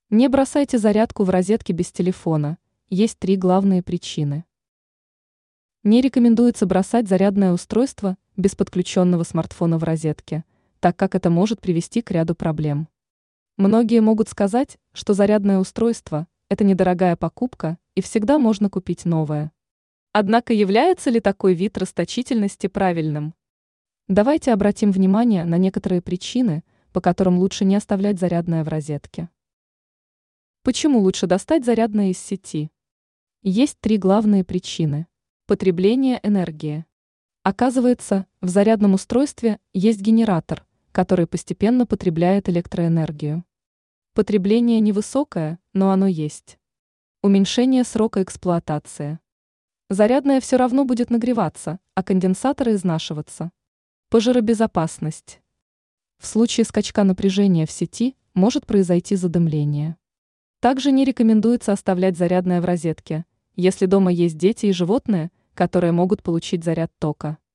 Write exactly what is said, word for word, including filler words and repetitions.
Не бросайте зарядку в розетке без телефона. Есть три главные причины. Не рекомендуется бросать зарядное устройство без подключенного смартфона в розетке, так как это может привести к ряду проблем. Многие могут сказать, что зарядное устройство – это недорогая покупка и всегда можно купить новое. Однако является ли такой вид расточительности правильным? Давайте обратим внимание на некоторые причины, по которым лучше не оставлять зарядное в розетке. Почему лучше достать зарядное из сети? Есть три главные причины. Потребление энергии. Оказывается, в зарядном устройстве есть генератор, который постепенно потребляет электроэнергию. Потребление невысокое, но оно есть. Уменьшение срока эксплуатации. Зарядное все равно будет нагреваться, а конденсаторы изнашиваться. Пожаробезопасность. В случае скачка напряжения в сети может произойти задымление. Также не рекомендуется оставлять зарядное в розетке, если дома есть дети и животные, которые могут получить заряд тока.